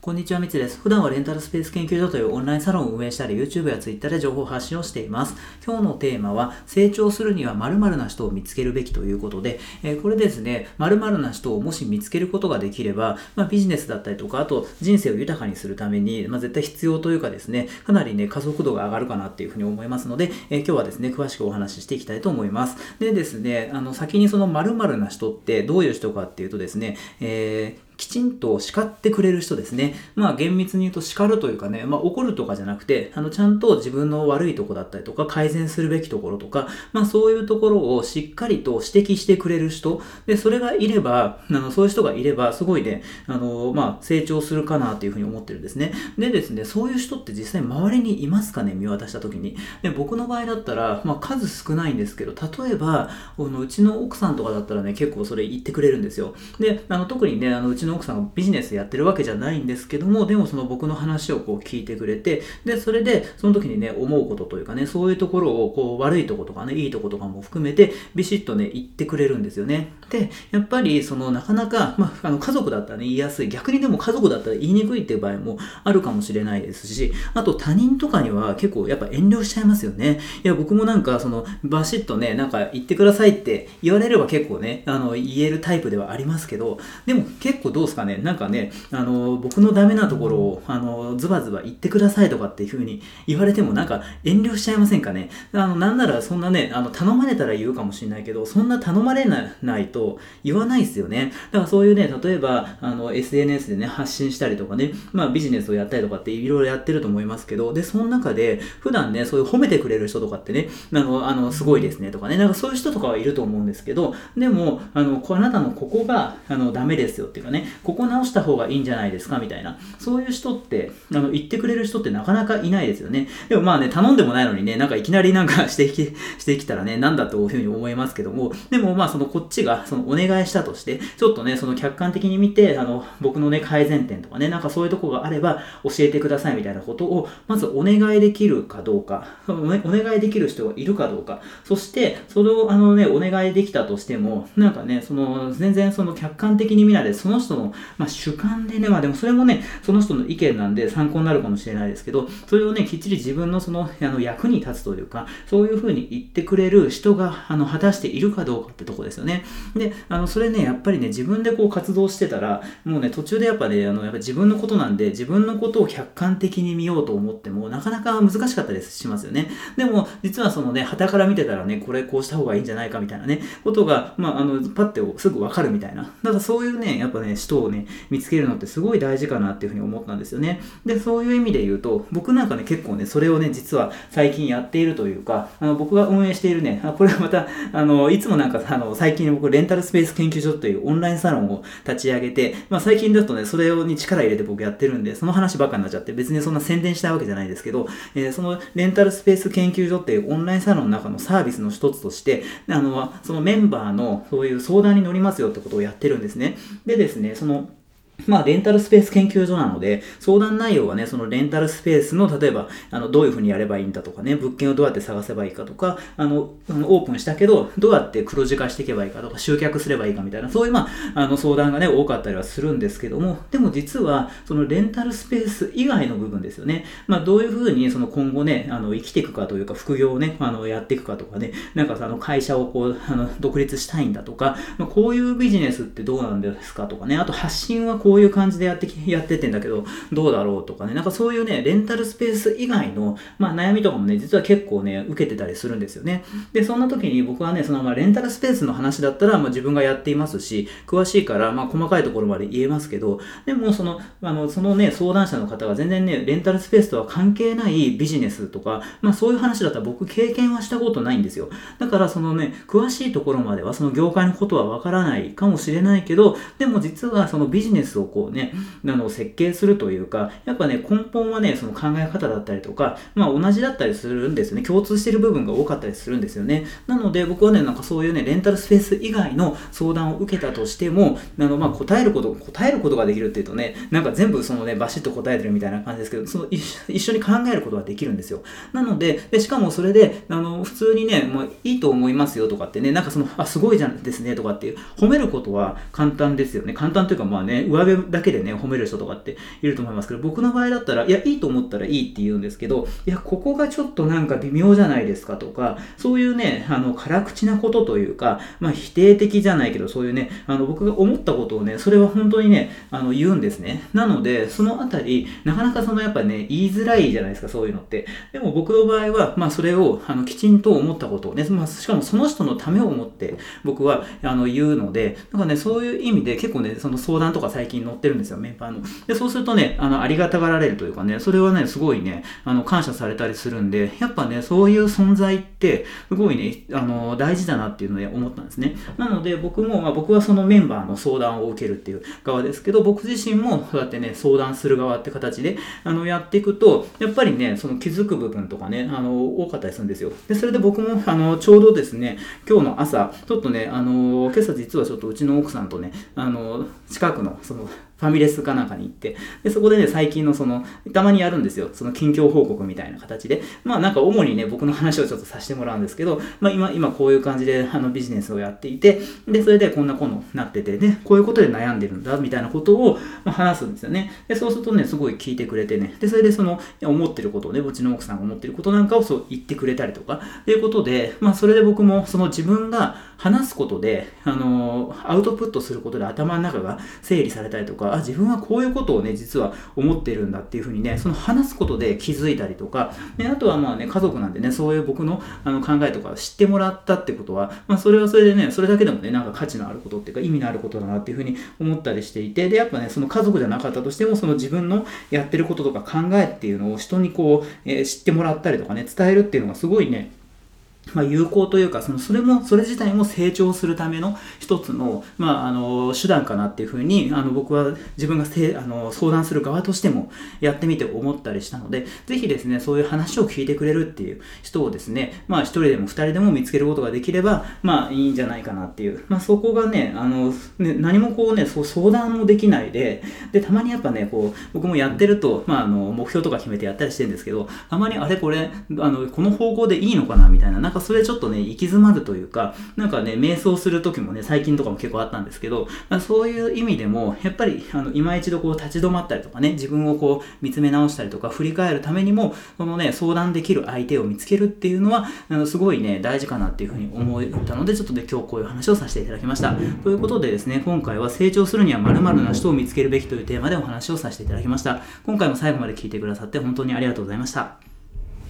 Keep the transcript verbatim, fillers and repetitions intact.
こんにちは、みつです。普段はレンタルスペース研究所というオンラインサロンを運営したり、YouTube や Twitter で情報発信をしています。今日のテーマは、成長するには〇〇な人を見つけるべきということで、えー、これですね、〇〇な人をもし見つけることができれば、まあ、ビジネスだったりとか、あと人生を豊かにするために、まあ、絶対必要というかですね、かなりね、加速度が上がるかなっていうふうに思いますので、えー、今日はですね、詳しくお話ししていきたいと思います。でですね、あの先にその〇〇な人ってどういう人かっていうとですね、えーきちんと叱ってくれる人ですね。まあ厳密に言うと叱るというかね、まあ怒るとかじゃなくて、あのちゃんと自分の悪いところだったりとか改善するべきところとか、まあそういうところをしっかりと指摘してくれる人、で、それがいれば、あのそういう人がいれば、すごいね、あの、まあ成長するかなというふうに思ってるんですね。でですね、そういう人って実際周りにいますかね、見渡した時に。で、僕の場合だったら、まあ数少ないんですけど、例えば、このうちの奥さんとかだったらね、結構それ言ってくれるんですよ。で、あの特にね、あのうちの奥さんがビジネスやってるわけじゃないんですけども、でもその僕の話をこう聞いてくれて、で、それでその時にね、思うことというかね、そういうところをこう悪いところとかね、いいところとかも含めて、ビシッとね、言ってくれるんですよね。で、やっぱりそのなかなか、まあ、あの家族だったらね、言いやすい。逆にでも家族だったら言いにくいっていう場合もあるかもしれないですし、あと他人とかには結構やっぱ遠慮しちゃいますよね。いや、僕もなんかその、バシッとね、なんか言ってくださいって言われれば結構ね、あの、言えるタイプではありますけど、でも結構どうですかね、なんかね、あの僕のダメなところをあのズバズバ言ってくださいとかっていう風に言われてもなんか遠慮しちゃいませんかね。あのなんならそんなね、あの頼まれたら言うかもしれないけど、そんな頼まれないと言わないですよね。だからそういうね、例えばあの エスエヌエス でね発信したりとかね、まあビジネスをやったりとかっていろいろやってると思いますけど、でその中で普段ね、そういう褒めてくれる人とかってね、あのあのすごいですねとかね、なんかそういう人とかはいると思うんですけど、でもあのあなたのここがあのダメですよっていうかね、ここ直した方がいいんじゃないですかみたいな、そういう人ってあの言ってくれる人ってなかなかいないですよね。でもまあね、頼んでもないのにね、なんかいきなりなんかしてきしてきたらね、なんだというふうに思いますけども、でもまあそのこっちがそのお願いしたとして、ちょっとねその客観的に見て、あの僕のね改善点とかね、なんかそういうところがあれば教えてくださいみたいなことをまずお願いできるかどうか、お願いできる人がいるかどうか、そしてそれをあのねお願いできたとしても、なんかねその全然その客観的に見ないでその人のまあ主観でね、まあでもそれもねその人の意見なんで参考になるかもしれないですけど、それをねきっちり自分のそのあの役に立つというか、そういうふうに言ってくれる人があの果たしているかどうかってとこですよね。で、あのそれねやっぱりね自分でこう活動してたら、もうね途中でやっぱねあのやっぱ自分のことなんで、自分のことを客観的に見ようと思ってもなかなか難しかったりしますよね。でも実はそのね傍から見てたらね、これこうした方がいいんじゃないかみたいなねことが、まああのパッてすぐ分かるみたいな、だからそういうねやっぱね人をね見つけるのってすごい大事かなっていうふうに思ったんですよね。で、そういう意味で言うと、僕なんかね、結構ね、それをね、実は最近やっているというか、あの僕が運営しているね、あこれはまた、あの、いつもなんか、あの、最近僕、レンタルスペース研究所というオンラインサロンを立ち上げて、まあ最近だとね、それに力入れて僕やってるんで、その話ばっかになっちゃって、別にそんな宣伝したいわけじゃないですけど、えー、そのレンタルスペース研究所っていうオンラインサロンの中のサービスの一つとして、あの、そのメンバーのそういう相談に乗りますよってことをやってるんですね。でですね、その、まあ、レンタルスペース研究所なので、相談内容はね、そのレンタルスペースの、例えば、あの、どういうふうにやればいいんだとかね、物件をどうやって探せばいいかとか、あの、オープンしたけど、どうやって黒字化していけばいいかとか、集客すればいいかみたいな、そういう、まあ、あの、相談がね、多かったりはするんですけども、でも実は、そのレンタルスペース以外の部分ですよね。まあ、どういうふうに、その今後ね、あの、生きていくかというか、副業をね、あの、やっていくかとかね、なんかさ、あの、会社をこう、あの、独立したいんだとか、まあ、こういうビジネスってどうなんですかとかね、あと発信はこういう感じでやってきやってってんだけどどうだろうとかね、なんかそういうねレンタルスペース以外の、まあ、悩みとかもね実は結構ね受けてたりするんですよね。でそんな時に僕はねその、まあ、レンタルスペースの話だったら、まあ、自分がやっていますし詳しいから、まあ、細かいところまで言えますけど、でもそのあのそのね相談者の方が全然ねレンタルスペースとは関係ないビジネスとか、まあ、そういう話だったら僕経験はしたことないんですよ。だからそのね詳しいところまではその業界のことはわからないかもしれないけど、でも実はそのビジネスをこうねあの設計するというか、やっぱね根本はねその考え方だったりとか、まあ同じだったりするんですよね。共通している部分が多かったりするんですよね。なので僕はねなんかそういうねレンタルスペース以外の相談を受けたとしても、あのまあ答えること答えることができるっていうとね、なんか全部そのねバシッと答えてるみたいな感じですけど、その一緒に考えることができるんですよ。なので、でしかもそれであの普通にねもういいと思いますよとかってね、なんかそのあすごいじゃんですねとかっていう褒めることは簡単ですよね。簡単というかまあね上辺べだけでね、褒める人とかっていると思いますけど、僕の場合だったら、いや、いいと思ったらいいって言うんですけど、いや、ここがちょっとなんか微妙じゃないですかとか、そういうね、あの、辛口なことというか、まあ、否定的じゃないけど、そういうね、あの、僕が思ったことをね、それは本当にね、あの、言うんですね。なので、そのあたり、なかなかそのやっぱね、言いづらいじゃないですか、そういうのって。でも僕の場合は、まあ、それを、あの、きちんと思ったことをね、まあ、しかもその人のためを思って、僕は、あの、言うので、なんかね、そういう意味で結構ね、その相談とか最近載ってるんですよ、メンバーの。で、そうするとね、あの、ありがたがられるというかね、それはね、すごいね、あの、感謝されたりするんで、やっぱね、そういう存在って、すごいね、あの、大事だなっていうので思ったんですね。なので、僕も、まあ、僕はそのメンバーの相談を受けるっていう側ですけど、僕自身もそうやってね、相談する側って形で、あの、やっていくと、やっぱりね、その気づく部分とかね、あの、多かったりするんですよ。で、それで僕も、あの、ちょうどですね、今日の朝、ちょっとね、あの、今朝実はちょっとうちの奥さんとね、あの、近くの、その、ファミレスかなんかに行って、で、そこでね、最近のその、たまにやるんですよ。その近況報告みたいな形で。まあなんか主にね、僕の話をちょっとさせてもらうんですけど、まあ今、今こういう感じであのビジネスをやっていて、で、それでこんなこんななってて、で、こういうことで悩んでるんだ、みたいなことを話すんですよね。で、そうするとね、すごい聞いてくれてね、で、それでその、思ってることをね、うちの奥さんが思ってることなんかをそう言ってくれたりとか、ということで、まあそれで僕もその自分が話すことで、あの、アウトプットすることで頭の中が整理されたりとか、あ、自分はこういうことをね、実は思ってるんだっていうふうにね、その話すことで気づいたりとか、で、あとはまあね、家族なんでね、そういう僕のあの考えとか知ってもらったってことは、まあそれはそれでね、それだけでもね、なんか価値のあることっていうか意味のあることだなっていうふうに思ったりしていて、で、やっぱね、その家族じゃなかったとしても、その自分のやってることとか考えっていうのを人にこう、えー、知ってもらったりとかね、伝えるっていうのがすごいね、まあ、有効というか、その、それも、それ自体も成長するための一つの、まあ、あの、手段かなっていうふうに、あの、僕は自分がせあの相談する側としてもやってみて思ったりしたので、ぜひですね、そういう話を聞いてくれるっていう人をですね、まあ、一人でも二人でも見つけることができれば、まあ、いいんじゃないかなっていう。まあ、そこがね、あの、ね、何もこうね、そう相談もできないで、で、たまにやっぱね、こう、僕もやってると、まあ、あの、目標とか決めてやったりしてるんですけど、たまにあれこれ、あの、この方向でいいのかなみたいな、なんかそれちょっとね、行き詰まるというか、なんかね、瞑想する時もね、最近とかも結構あったんですけど、そういう意味でも、やっぱり、あの、今一度こう立ち止まったりとかね、自分をこう見つめ直したりとか、振り返るためにも、そのね、相談できる相手を見つけるっていうのは、あのすごいね、大事かなっていうふうに思ったので、ちょっとね、今日こういう話をさせていただきました。ということでですね、今回は成長するには〇〇な人を見つけるべきというテーマでお話をさせていただきました。今回も最後まで聞いてくださって本当にありがとうございました。